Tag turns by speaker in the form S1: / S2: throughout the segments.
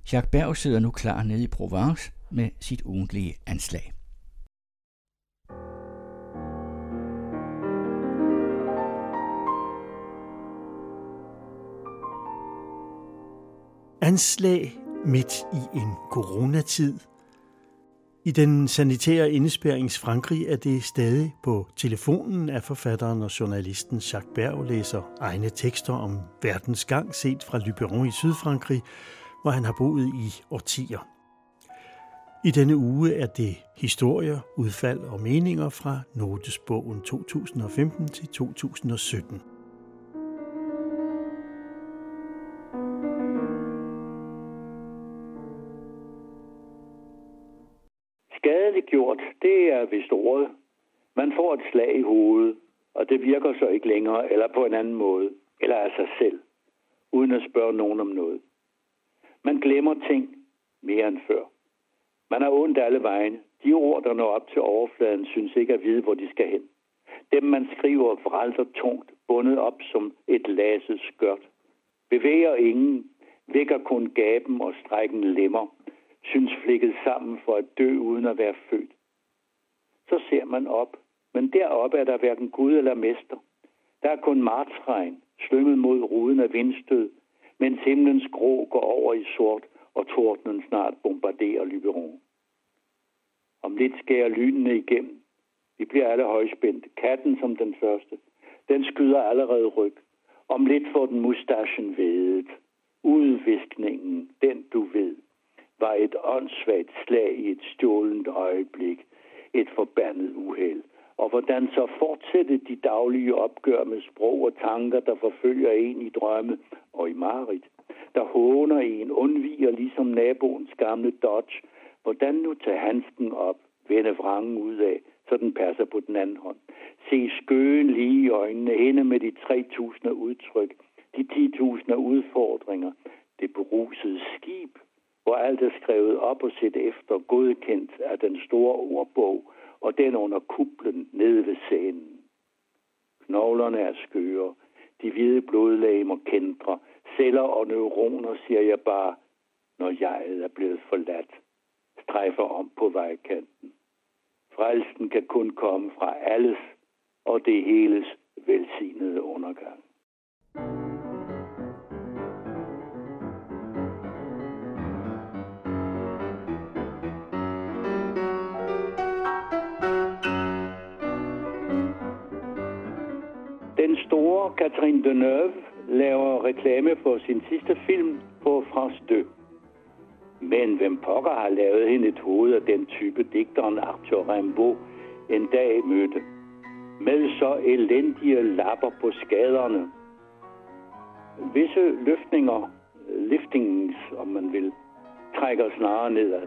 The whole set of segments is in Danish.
S1: Jacques Berg sidder nu klar nede i Provence med sit ugentlige anslag.
S2: Anslag midt i en coronatid. I den sanitære indespærrings Frankrig er det stadig på telefonen, at forfatteren og journalisten Jacques Berg læser egne tekster om verdens gang set fra Luberon i Sydfrankrig, hvor han har boet i årtier. I denne uge er det historier, udfald og meninger fra Notesbogen 2015 til 2017.
S3: Skadeliggjort, det er vist ordet. Man får et slag i hovedet, og det virker så ikke længere, eller på en anden måde, eller af sig selv, uden at spørge nogen om noget. Man glemmer ting mere end før. Man har ondt alle vegne. De ord, der når op til overfladen, synes ikke at vide, hvor de skal hen. Dem, man skriver, vralter tungt, bundet op som et laset skørt. Bevæger ingen, vækker kun gaben og strækken lemmer, synes flikket sammen for at dø uden at være født. Så ser man op, men deroppe er der hverken Gud eller mester. Der er kun martsregn, slynget mod ruden af vindstød, mens himlens grå går over i sort, og tordenen snart bombarderer Luberon. Om lidt skærer lynene igennem. Vi bliver alle højspændte. Katten som den første. Den skyder allerede ryg. Om lidt får den mustachen vedet. Udviskningen, den du ved, var et åndssvagt slag i et stjålent øjeblik. Et forbandet uheld. Og hvordan så fortsætte de daglige opgør med sprog og tanker, der forfølger en i drømme og i mareridt, der håner en, undviger ligesom naboens gamle Dodge. Hvordan nu tage handsken op, vende vrangen ud af, så den passer på den anden hånd. Se skøen lige i øjnene, hende med de 3.000 udtryk, de 10.000 udfordringer, det berusede skib, hvor alt er skrevet op og set efter, godkendt af den store ordbog, og den under kuplen nede ved scenen. Knoglerne er skøre, de hvide blodlegemer kæntrer, celler og neuroner, siger jeg bare, når jeget er blevet forladt, strejfer om på vejkanten. Frelsen kan kun komme fra alles og det heles velsignede undergang. Den store Catherine Deneuve laver reklame for sin sidste film på France 2. Men hvem pokker har lavet hende et hoved af den type digteren Arthur Rimbaud en dag mødte? Med så elendige lapper på skaderne. Visse liftings, om man vil, trækker snarere nedad.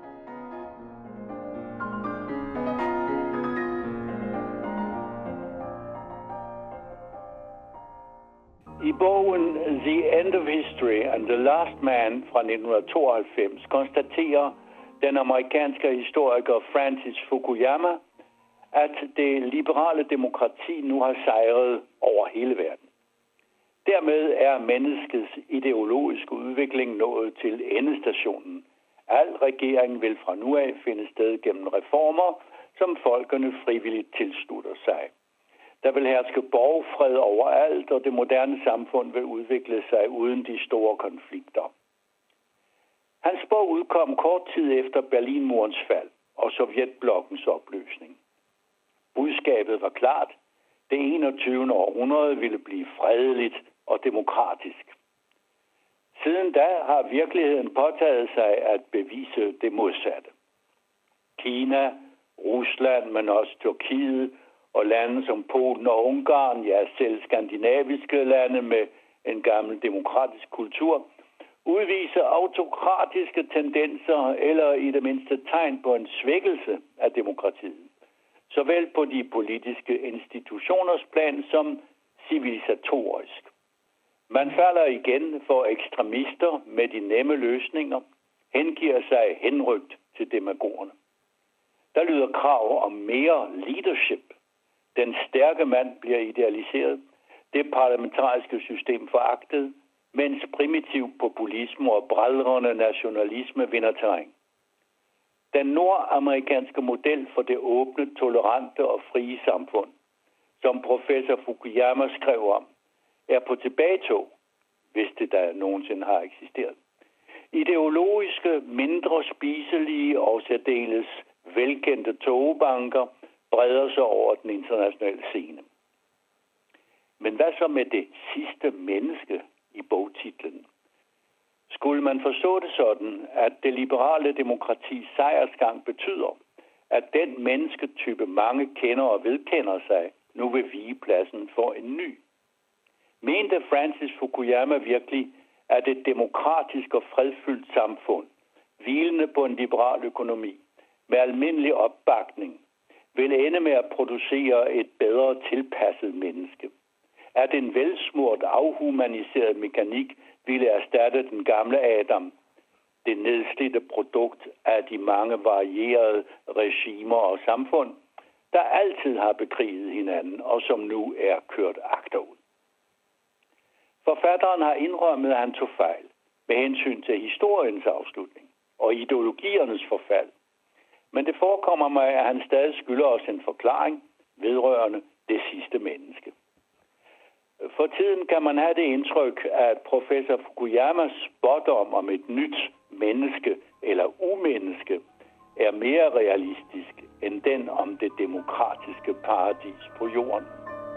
S3: I bogen The End of History and the Last Man fra 1992 konstaterer den amerikanske historiker Francis Fukuyama, at det liberale demokrati nu har sejret over hele verden. Dermed er menneskets ideologiske udvikling nået til endestationen. Al regering vil fra nu af finde sted gennem reformer, som folkene frivilligt tilslutter sig. Der vil herske borgfred overalt, og det moderne samfund vil udvikle sig uden de store konflikter. Hans bog udkom kort tid efter Berlinmurens fald og Sovjetblokkens opløsning. Budskabet var klart. Det 21. århundrede ville blive fredeligt og demokratisk. Siden da har virkeligheden påtaget sig at bevise det modsatte. Kina, Rusland, men også Tyrkiet og lande som Polen og Ungarn, ja selv skandinaviske lande med en gammel demokratisk kultur, udviser autokratiske tendenser eller i det mindste tegn på en svækkelse af demokratiet. Såvel på de politiske institutioners plan som civilisatorisk. Man falder igen for ekstremister med de nemme løsninger, hengiver sig henrygt til demagogerne. Der lyder krav om mere leadership. Den stærke mand bliver idealiseret, det parlamentariske system foragtet, mens primitiv populisme og brædrende nationalisme vinder terræn. Den nordamerikanske model for det åbne, tolerante og frie samfund, som professor Fukuyama skrev om, er på tilbagetog, hvis det da nogensinde har eksisteret. Ideologiske, mindre spiselige og særdeles velkendte togbanker breder sig over den internationale scene. Men hvad så med det sidste menneske i bogtitlen? Skulle man forstå det sådan, at det liberale demokratis sejrsgang betyder, at den mennesketype mange kender og vedkender sig, nu vil vige pladsen for en ny? Mente Francis Fukuyama virkelig, at et demokratisk og fredfyldt samfund, hvilende på en liberal økonomi, med almindelig opbakning, vil ende med at producere et bedre tilpasset menneske? At en velsmurt, afhumaniseret mekanik ville erstatte den gamle Adam, det nedslidte produkt af de mange varierede regimer og samfund, der altid har bekriget hinanden og som nu er kørt agterud. Forfatteren har indrømmet, at han tog fejl med hensyn til historiens afslutning og ideologiernes forfald. Men det forekommer mig, at han stadig skylder os en forklaring vedrørende det sidste menneske. For tiden kan man have det indtryk, at professor Fukuyamas spådom om et nyt menneske eller umenneske er mere realistisk end den om det demokratiske paradis på jorden.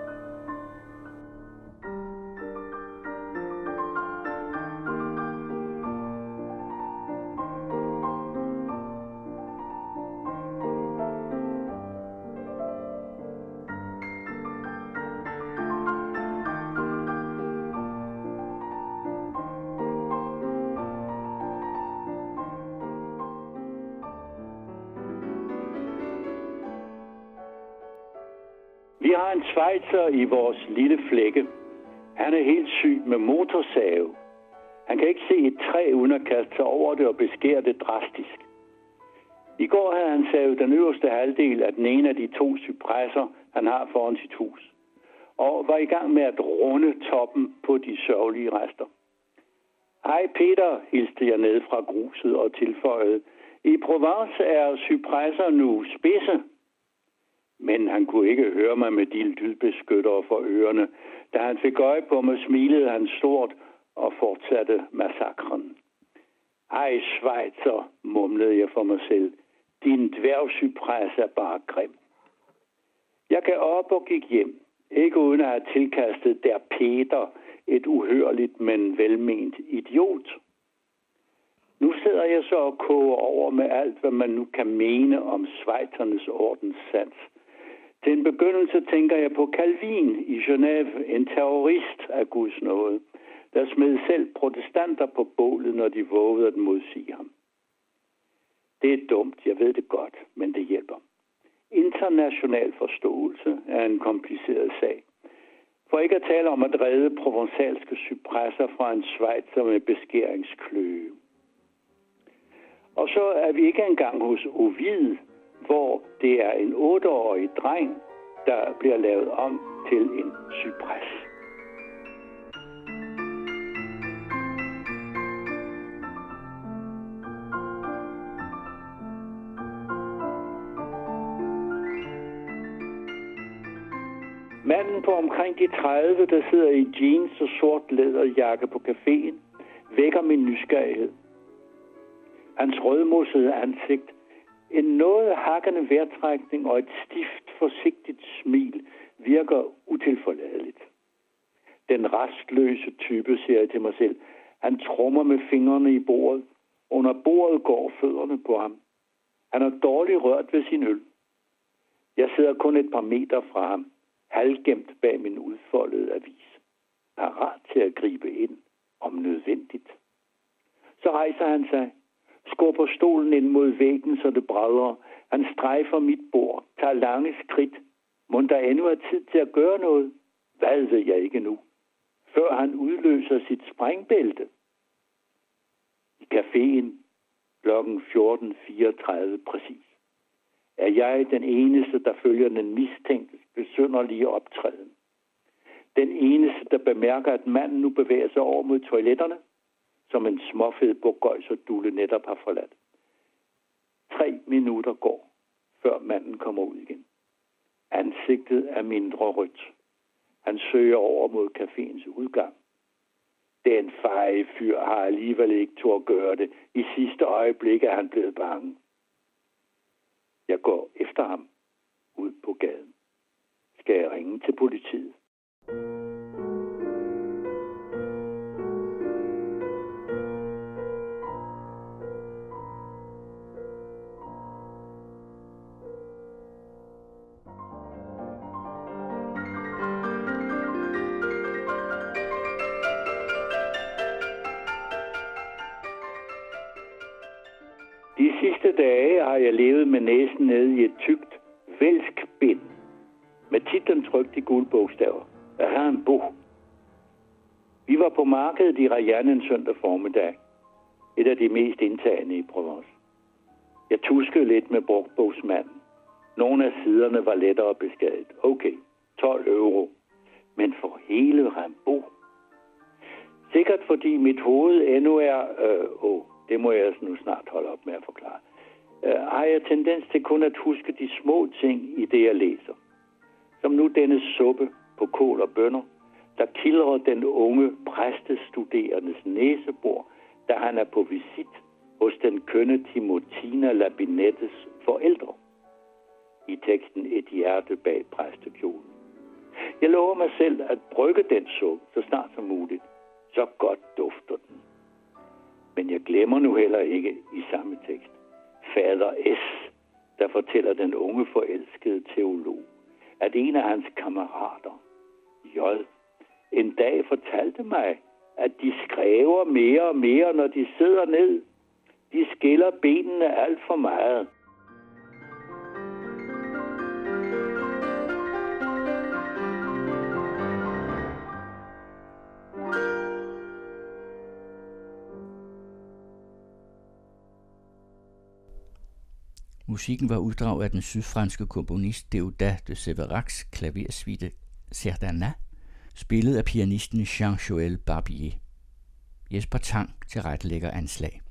S3: Vi har en schweizer i vores lille flække. Han er helt syg med motorsave. Han kan ikke se et træ uden at kaste sig over det og beskære det drastisk. I går havde han savet den øverste halvdel af den ene af de 2 cypresser, han har foran sit hus, og var i gang med at runde toppen på de sørgelige rester. Hej Peter, hilste jeg ned fra gruset og tilføjede. I Provence er cypresser nu spidse. Men han kunne ikke høre mig med de lydbeskyttere for ørerne. Da han fik øje på mig, smilede han stort og fortsatte massakren. Ej, Schweizer, mumlede jeg for mig selv. Din dværgcypres er bare grim. Jeg gav op og gik hjem. Ikke uden at have tilkastet der Peter et uhørligt, men velment idiot. Nu sidder jeg så og koger over med alt, hvad man nu kan mene om schweizernes ordenssans. Til en begyndelse tænker jeg på Calvin i Genève, en terrorist af Guds nåde, der smed selv protestanter på bålet, når de vågede at modsige ham. Det er dumt, jeg ved det godt, men det hjælper. International forståelse er en kompliceret sag. For ikke at tale om at redde provençalske cypresser fra en schweizer med beskæringskløe. Og så er vi ikke engang hos Ovid, hvor det er en 8-årig dreng, der bliver lavet om til en cypres. Manden på omkring de 30, der sidder i jeans og sort læderjakke på caféen, vækker min nysgerrighed. Hans rødmossede ansigt, en noget hakkende vejrtrækning og et stift, forsigtigt smil virker utilforladeligt. Den rastløse type, siger jeg til mig selv. Han trommer med fingrene i bordet. Under bordet går fødderne på ham. Han er dårligt rørt ved sin øl. Jeg sidder kun et par meter fra ham, halvgemt bag min udfoldede avis, parat til at gribe ind, om nødvendigt. Så rejser han sig, skubber stolen ind mod væggen, så det brædder. Han strejfer mit bord, tager lange skridt. Mon der endnu er tid til at gøre noget? Hvad ved jeg ikke nu? Før han udløser sit springbælte. I caféen klokken 14:34 præcis. Er jeg den eneste, der følger den mistænktes besynderlige optræden. Den eneste, der bemærker, at manden nu bevæger sig over mod toiletterne, som en småfed burgøjserdulle netop har forladt. 3 minutter går, før manden kommer ud igen. Ansigtet er mindre rødt. Han søger over mod caféens udgang. Den feje fyr har alligevel ikke turde gøre det. I sidste øjeblik er han blevet bange. Jeg går efter ham ud på gaden. Skal jeg ringe til politiet? De sidste dage har jeg levet med næsen nede i et tykt, vælsk bind, med titlen trykt i guldbogstaver. Jeg har en bog. Vi var på markedet i Rayan en søndag formiddag. Et af de mest indtagende i Provence. Jeg tuskede lidt med brugtbogsmanden. Nogle af siderne var lettere beskadiget. Okay, 12 euro. Men for hele Rimbaud. Sikkert fordi mit hoved endnu er... det må jeg nu snart holde op med at forklare. Har jeg tendens til kun at huske de små ting i det, jeg læser. Som nu denne suppe på kål og bønner, der kildrer den unge præstestuderendes næsebor, da han er på visit hos den kønne Timotina Labinettes forældre. I teksten et hjerte bag præstekjolen. Jeg lover mig selv at brygge den suppe så snart som muligt. Så godt dufter den. Men jeg glemmer nu heller ikke i samme tekst fader S., der fortæller den unge forelskede teolog, at en af hans kammerater, J., en dag fortalte mig, at de skræver mere og mere, når de sidder ned. De skiller benene alt for meget.
S1: Musikken var uddrag af den sydfranske komponist Déodat de Séveracs klaversuite Cerdana, spillet af pianisten Jean-Joël Barbier. Jesper Tang tilrettelægger anslag.